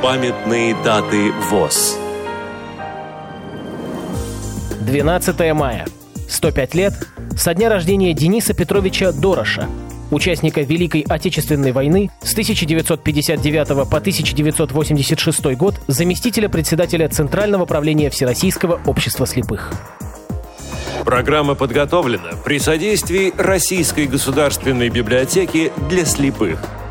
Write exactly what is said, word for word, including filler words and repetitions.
Памятные даты ВОС. двенадцатое мая. сто пять лет со дня рождения Дениса Петровича Дороша, участника Великой Отечественной войны с тысяча девятьсот пятьдесят девятого по тысяча девятьсот восемьдесят шестой год, заместителя председателя Центрального правления Всероссийского общества слепых. Программа подготовлена при содействии Российской государственной библиотеки для слепых.